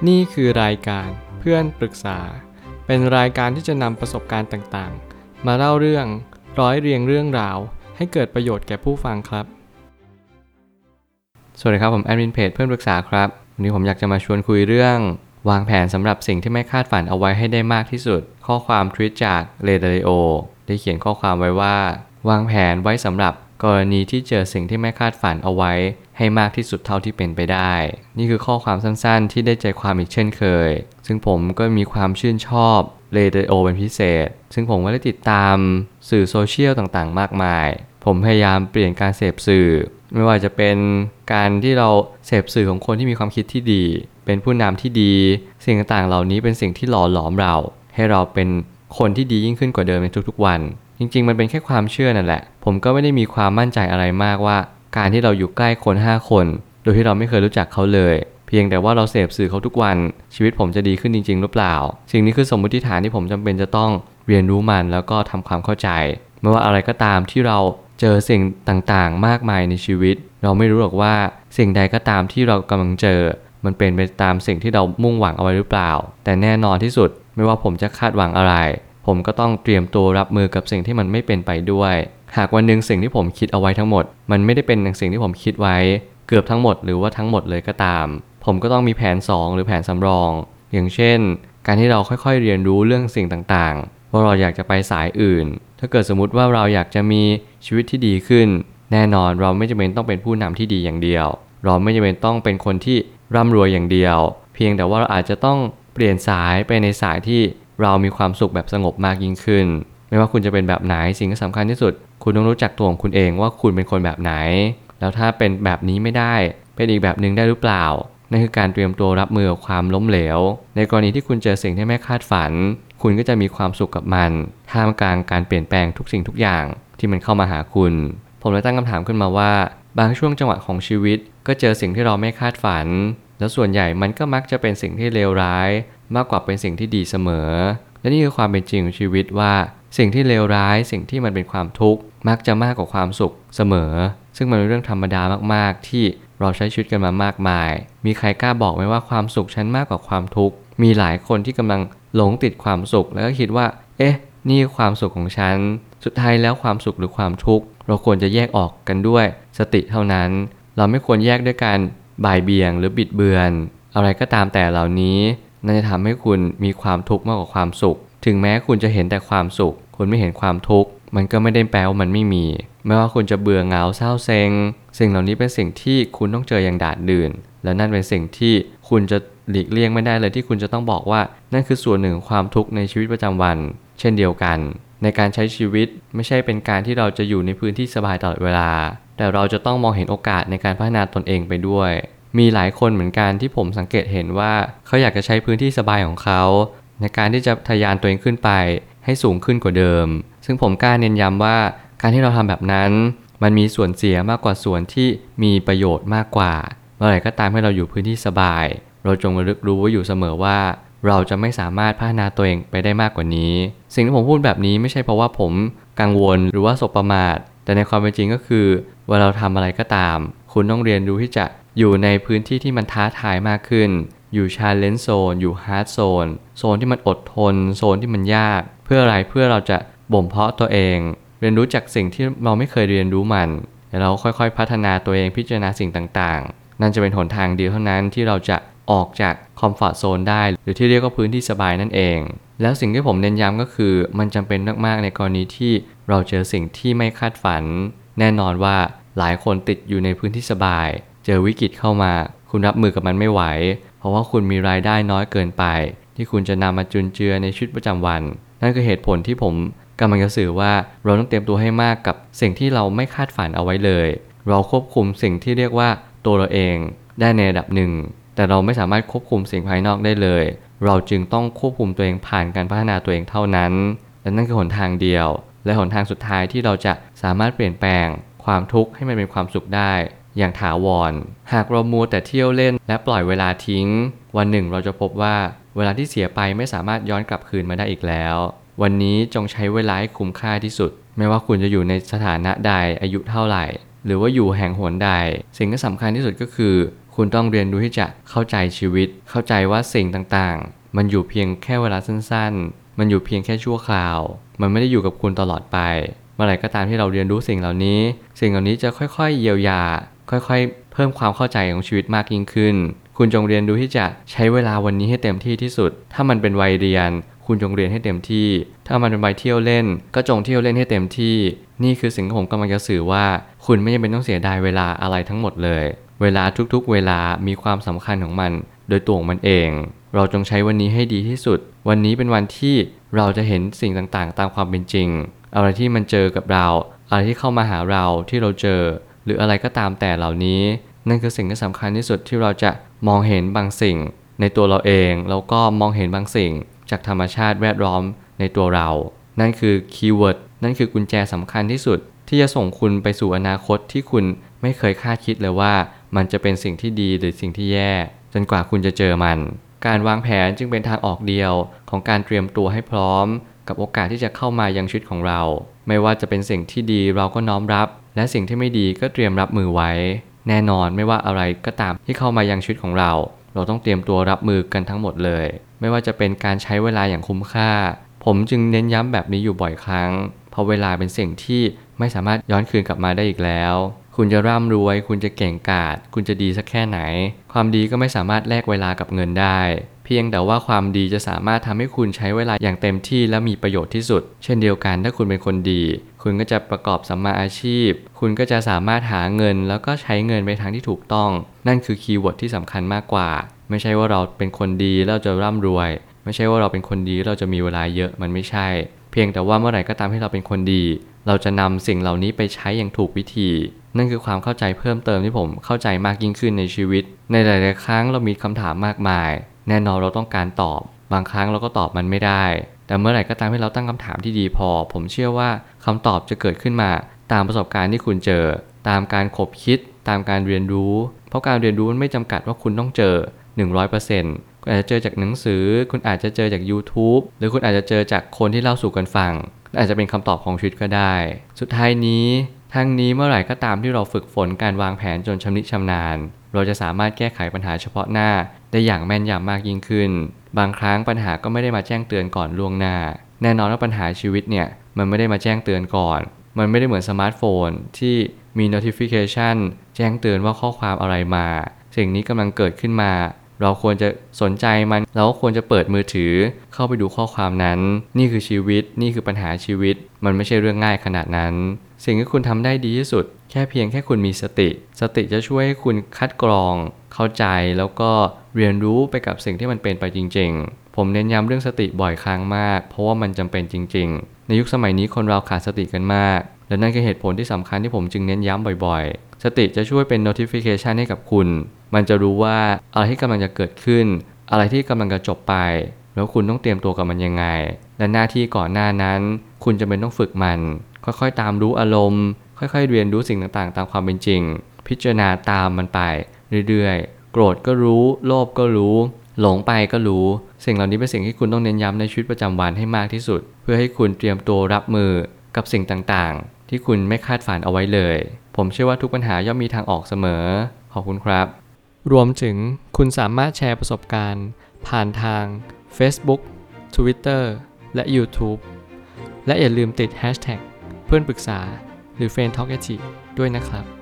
นี่คือรายการเพื่อนปรึกษาเป็นรายการที่จะนำประสบการณ์ต่างๆมาเล่าเรื่องร้อยเรียงเรื่องราวให้เกิดประโยชน์แก่ผู้ฟังครับสวัสดีครับผมแอดมินเพจเพื่อนปรึกษาครับวันนี้ผมอยากจะมาชวนคุยเรื่องวางแผนสำหรับสิ่งที่ไม่คาดฝันเอาไว้ให้ได้มากที่สุดข้อความทวีตจากเรดาริโอได้เขียนข้อความไว้ว่าวางแผนไว้สำหรับกรณีที่เจอสิ่งที่ไม่คาดฝันเอาไว้ให้มากที่สุดเท่าที่เป็นไปได้นี่คือข้อความสั้นๆที่ได้ใจความอีกเช่นเคยซึ่งผมก็มีความชื่นชอบเรดาริโอเป็นพิเศษซึ่งผมก็ได้ติดตามสื่อโซเชียลต่างๆมากมายผมพยายามเปลี่ยนการเสพสื่อไม่ว่าจะเป็นการที่เราเสพสื่อของคนที่มีความคิดที่ดีเป็นผู้นำที่ดีสิ่งต่างๆเหล่านี้เป็นสิ่งที่หล่อหลอมเราให้เราเป็นคนที่ดียิ่งขึ้นกว่าเดิมในทุกๆวันจริงๆมันเป็นแค่ความเชื่อนั่นแหละผมก็ไม่ได้มีความมั่นใจอะไรมากว่าการที่เราอยู่ใกล้คน5คนโดยที่เราไม่เคยรู้จักเขาเลยเพียงแต่ว่าเราเสพสื่อเขาทุกวันชีวิตผมจะดีขึ้นจริงๆหรือเปล่าสิ่งนี้คือสมมติฐานที่ผมจำเป็นจะต้องเรียนรู้มันแล้วก็ทำความเข้าใจไม่ว่าอะไรก็ตามที่เราเจอสิ่งต่างๆมากมายในชีวิตเราไม่รู้หรอกว่าสิ่งใดก็ตามที่เรากำลังเจอมันเป็นไปตามสิ่งที่เรามุ่งหวังเอาไว้หรือเปล่าแต่แน่นอนที่สุดไม่ว่าผมจะคาดหวังอะไรผมก็ต้องเตรียมตัวรับมือกับสิ่งที่มันไม่เป็นไปด้วยหากวันหนึ่งสิ่งที่ผมคิดเอาไว้ทั้งหมดมันไม่ได้เป็นอย่างสิ่งที่ผมคิดไว้เกือบทั้งหมดหรือว่าทั้งหมดเลยก็ตามผมก็ต้องมีแผน2หรือแผนสำรองอย่างเช่นการที่เราค่อยๆเรียนรู้เรื่องสิ่งต่างๆว่าเราอยากจะไปสายอื่นถ้าเกิดสมมุติว่าเราอยากจะมีชีวิตที่ดีขึ้นแน่นอนเราไม่จำเป็นต้องเป็นผู้นำที่ดีอย่างเดียวเราไม่จำเป็นต้องเป็นคนที่ร่ำรวยอย่างเดียวเพียงแต่ว่าเราอาจจะต้องเปลี่ยนสายไปในสายที่เรามีความสุขแบบสงบมากยิ่งขึ้นไม่ว่าคุณจะเป็นแบบไหนสิ่งที่สำคัญที่สุดคุณต้องรู้จักตัวของคุณเองว่าคุณเป็นคนแบบไหนแล้วถ้าเป็นแบบนี้ไม่ได้เป็นอีกแบบนึงได้หรือเปล่านั่นคือการเตรียมตัวรับมือกับความล้มเหลวในกรณีที่คุณเจอสิ่งที่ไม่คาดฝันคุณก็จะมีความสุขกับมันท่ามกลางการเปลี่ยนแปลงทุกสิ่งทุกอย่างที่มันเข้ามาหาคุณผมเลยตั้งคำถามขึ้นมาว่าบางช่วงจังหวะของชีวิตก็เจอสิ่งที่เราไม่คาดฝันแล้วส่วนใหญ่มันก็มักจะเป็นสิ่งที่เลวร้ายมากกว่าเป็นสิ่งที่ดีเสมอและนี่คือความเป็นจริงของชีวิตว่าสิ่งที่เลวร้ายสิ่งที่มันเป็นความทุกข์มักจะมากกว่าความสุขเสมอซึ่งมันเป็นเรื่องธรรมดามากๆที่เราใช้ชีวิตกันมามากมายมีใครกล้าบอกไหมว่าความสุขฉันมากกว่าความทุกข์มีหลายคนที่กำลังหลงติดความสุขแล้วก็คิดว่านี่ความสุขของฉันสุดท้ายแล้วความสุขหรือความทุกข์เราควรจะแยกออกกันด้วยสติเท่านั้นเราไม่ควรแยกด้วยการบ่ายเบี่ยงหรือบิดเบือนอะไรก็ตามแต่เหล่านี้นั่นจะทำให้คุณมีความทุกข์มากกว่าความสุขถึงแม้คุณจะเห็นแต่ความสุขคุณไม่เห็นความทุกข์มันก็ไม่ได้แปลว่ามันไม่มีไม่ว่าคุณจะเบื่อเหงาเศร้าเซ็งสิ่งเหล่านี้เป็นสิ่งที่คุณต้องเจออย่างดาดดื่นและนั่นเป็นสิ่งที่คุณจะหลีกเลี่ยงไม่ได้เลยที่คุณจะต้องบอกว่านั่นคือส่วนหนึ่งของความทุกข์ในชีวิตประจำวันเช่นเดียวกันในการใช้ชีวิตไม่ใช่เป็นการที่เราจะอยู่ในพื้นที่สบายตลอดเวลาแต่เราจะต้องมองเห็นโอกาสในการพัฒนาตนเองไปด้วยมีหลายคนเหมือนกันที่ผมสังเกตเห็นว่าเขาอยากจะใช้พื้นที่สบายของเขาในการที่จะทะยานตัวเองขึ้นไปให้สูงขึ้นกว่าเดิมซึ่งผมกล้าเน้นย้ำว่าการที่เราทำแบบนั้นมันมีส่วนเสียมากกว่าส่วนที่มีประโยชน์มากกว่าเมื่อไหร่ก็ตามให้เราอยู่พื้นที่สบายเราจงระลึกรู้ไว้อยู่เสมอว่าเราจะไม่สามารถพัฒนาตัวเองไปได้มากกว่านี้สิ่งที่ผมพูดแบบนี้ไม่ใช่เพราะว่าผมกังวลหรือว่าสบประมาทแต่ในความเป็นจริงก็คือเวลาเราทำอะไรก็ตามคุณต้องเรียนรู้ที่จะอยู่ในพื้นที่ที่มันท้าทายมากขึ้นอยู่ challenge zone อยู่ hard zone โซนที่มันอดทนโซนที่มันยากเพื่ออะไรเพื่อเราจะบ่มเพาะตัวเองเรียนรู้จากสิ่งที่เราไม่เคยเรียนรู้มันแล้วเราค่อยๆพัฒนาตัวเองพิจารณาสิ่งต่างๆนั่นจะเป็นหนทางเดียวเท่านั้นที่เราจะออกจากคอมฟอร์ตโซนได้หรือที่เรียกว่าพื้นที่สบายนั่นเองแล้วสิ่งที่ผมเน้นย้ำก็คือมันจำเป็นมากๆในกรณีที่เราเจอสิ่งที่ไม่คาดฝันแน่นอนว่าหลายคนติดอยู่ในพื้นที่สบายเจอวิกฤตเข้ามาคุณรับมือกับมันไม่ไหวเพราะว่าคุณมีรายได้น้อยเกินไปที่คุณจะนำมาจุนเจือในชีวิตประจำวันนั่นคือเหตุผลที่ผมกำลังจะสื่อว่าเราต้องเตรียมตัวให้มากกับสิ่งที่เราไม่คาดฝันเอาไว้เลยเราควบคุมสิ่งที่เรียกว่าตัวเราเองได้ในระดับหนึ่งแต่เราไม่สามารถควบคุมสิ่งภายนอกได้เลยเราจึงต้องควบคุมตัวเองผ่านการพัฒนาตัวเองเท่านั้นและนั่นคือหนทางเดียวและหนทางสุดท้ายที่เราจะสามารถเปลี่ยนแปลงความทุกข์ให้มันเป็นความสุขได้อย่างถาวรหากเรามัวแต่เที่ยวเล่นและปล่อยเวลาทิ้งวันหนึ่งเราจะพบว่าเวลาที่เสียไปไม่สามารถย้อนกลับคืนมาได้อีกแล้ววันนี้จงใช้เวลาให้คุ้มค่าที่สุดไม่ว่าคุณจะอยู่ในสถานะใดอายุเท่าไหร่หรือว่าอยู่แห่งหนใดสิ่งที่สำคัญที่สุดก็คือคุณต้องเรียนรู้ที่จะเข้าใจชีวิตเข้าใจว่าสิ่งต่างๆมันอยู่เพียงแค่เวลาสั้นๆมันอยู่เพียงแค่ชั่วคราวมันไม่ได้อยู่กับคุณตลอดไปเมื่อไหร่ก็ตามที่เราเรียนรู้สิ่งเหล่านี้จะค่อยๆเยียวยาค่อยๆเพิ่มความเข้าใจของชีวิตมากยิ่งขึ้นคุณจงเรียนรู้ที่จะใช้เวลาวันนี้ให้เต็มที่ที่สุดถ้ามันเป็นวัยเรียนคุณจงเรียนให้เต็มที่ถ้ามันเป็นวัยเที่ยวเล่นก็จงเที่ยวเล่นให้เต็มที่นี่คือสิ่งที่ผมกำลังจะสื่อว่าคุณไม่จำเป็นต้องเสียดายเวลาอะไรทั้งหมดเลยเวลาทุกๆเวลามีความสำคัญของมันโดยตัวของมันเองเราจงใช้วันนี้ให้ดีที่สุดวันนี้เป็นวันที่เราจะเห็นสิ่งต่างๆตามความเป็นจริงอะไรที่มันเจอกับเราอะไรที่เข้ามาหาเราที่เราเจอหรืออะไรก็ตามแต่เหล่านี้นั่นคือสิ่งที่สำคัญที่สุดที่เราจะมองเห็นบางสิ่งในตัวเราเองแล้วก็มองเห็นบางสิ่งจากธรรมชาติแวดล้อมในตัวเรานั่นคือคีย์เวิร์ดนั่นคือกุญแจสำคัญที่สุดที่จะส่งคุณไปสู่อนาคตที่คุณไม่เคยคาดคิดเลยว่ามันจะเป็นสิ่งที่ดีหรือสิ่งที่แย่จนกว่าคุณจะเจอมันการวางแผนจึงเป็นทางออกเดียวของการเตรียมตัวให้พร้อมกับโอกาสที่จะเข้ามายังชีวิตของเราไม่ว่าจะเป็นสิ่งที่ดีเราก็น้อมรับและสิ่งที่ไม่ดีก็เตรียมรับมือไว้แน่นอนไม่ว่าอะไรก็ตามที่เข้ามายังชีวิตของเราต้องเตรียมตัวรับมือกันทั้งหมดเลยไม่ว่าจะเป็นการใช้เวลาอย่างคุ้มค่าผมจึงเน้นย้ำแบบนี้อยู่บ่อยครั้งเพราะเวลาเป็นสิ่งที่ไม่สามารถย้อนคืนกลับมาได้อีกแล้วคุณจะร่ำรวยคุณจะเก่งกาจคุณจะดีสักแค่ไหนความดีก็ไม่สามารถแลกเวลากับเงินได้เพียงแต่ว่าความดีจะสามารถทำให้คุณใช้เวลาอย่างเต็มที่และมีประโยชน์ที่สุดเช่นเดียวกันถ้าคุณเป็นคนดีคุณก็จะประกอบสัมมาอาชีพคุณก็จะสามารถหาเงินแล้วก็ใช้เงินไปทางที่ถูกต้องนั่นคือคีย์เวิร์ดที่สำคัญมากกว่าไม่ใช่ว่าเราเป็นคนดีแล้วจะร่ำรวยไม่ใช่ว่าเราเป็นคนดีเราจะมีเวลาเยอะมันไม่ใช่เพียงแต่ว่าเมื่อไหร่ก็ตามที่เราเป็นคนดีเราจะนำสิ่งเหล่านี้ไปใช้อย่างถูกวิธีนั่นคือความเข้าใจเพิ่มเติมที่ผมเข้าใจมากยิ่งขึ้นในชีวิตในหลายๆครั้งเรามีคำถามมากมายแน่นอนเราต้องการตอบบางครั้งเราก็ตอบมันไม่ได้แต่เมื่อไหร่ก็ตามที่เราตั้งคำถามที่ดีพอผมเชื่อว่าคำตอบจะเกิดขึ้นมาตามประสบการณ์ที่คุณเจอตามการขบคิดตามการเรียนรู้เพราะการเรียนรู้มันไม่จำกัดว่าคุณต้องเจอ 100% คุณอาจจะเจอจากหนังสือคุณอาจจะเจอจาก YouTube หรือคุณอาจจะเจอจากคนที่เล่าสู่กันฟังอาจจะเป็นคำตอบของชีวิตก็ได้สุดท้ายนี้ทั้งนี้เมื่อไหร่ก็ตามที่เราฝึกฝนการวางแผนจนชำนิชำนาญเราจะสามารถแก้ไขปัญหาเฉพาะหน้าได้อย่างแม่นยำมากยิ่งขึ้นบางครั้งปัญหาก็ไม่ได้มาแจ้งเตือนก่อนล่วงหน้าแน่นอนว่าปัญหาชีวิตเนี่ยมันไม่ได้มาแจ้งเตือนก่อนมันไม่ได้เหมือนสมาร์ทโฟนที่มี notification แจ้งเตือนว่าข้อความอะไรมาสิ่งนี้กำลังเกิดขึ้นมาเราควรจะสนใจมันเราก็ควรจะเปิดมือถือเข้าไปดูข้อความนั้นนี่คือชีวิตนี่คือปัญหาชีวิตมันไม่ใช่เรื่องง่ายขนาดนั้นสิ่งที่คุณทำได้ดีที่สุดแค่คุณมีสติจะช่วยให้คุณคัดกรองเข้าใจแล้วก็เรียนรู้ไปกับสิ่งที่มันเป็นไปจริงๆผมเน้นย้ำเรื่องสติบ่อยครั้งมากเพราะว่ามันจำเป็นจริงๆในยุคสมัยนี้คนเราขาดสติกันมากและนั่นคือเหตุผลที่สำคัญที่ผมจึงเน้นย้ำบ่อยๆสติจะช่วยเป็น notification ให้กับคุณมันจะรู้ว่าอะไรที่กำลังจะเกิดขึ้นอะไรที่กำลังจะจบไปแล้วคุณต้องเตรียมตัวกับมันยังไงและหน้าที่ก่อนหน้านั้นคุณจำเป็นต้องฝึกมันค่อยๆตามรู้อารมณ์ค่อยๆเรียนรู้สิ่งต่างๆตามความเป็นจริงพิจารณาตามมันไปเรื่อยๆโกรธก็รู้โลภก็รู้หลงไปก็รู้สิ่งเหล่านี้เป็นสิ่งที่คุณต้องเน้นย้ำในชีวิตประจำวันให้มากที่สุดเพื่อให้คุณเตรียมตัวรับมือกับสิ่งต่างๆที่คุณไม่คาดฝันเอาไว้เลยผมเชื่อว่าทุกปัญหาย่อมมีทางออกเสมอขอบคุณครับรวมถึงคุณสามารถแชร์ประสบการณ์ผ่านทาง Facebook Twitter และ YouTube และอย่าลืมติด Hashtag เพื่อนปรึกษาหรือ Friend Talk ด้วยนะครับ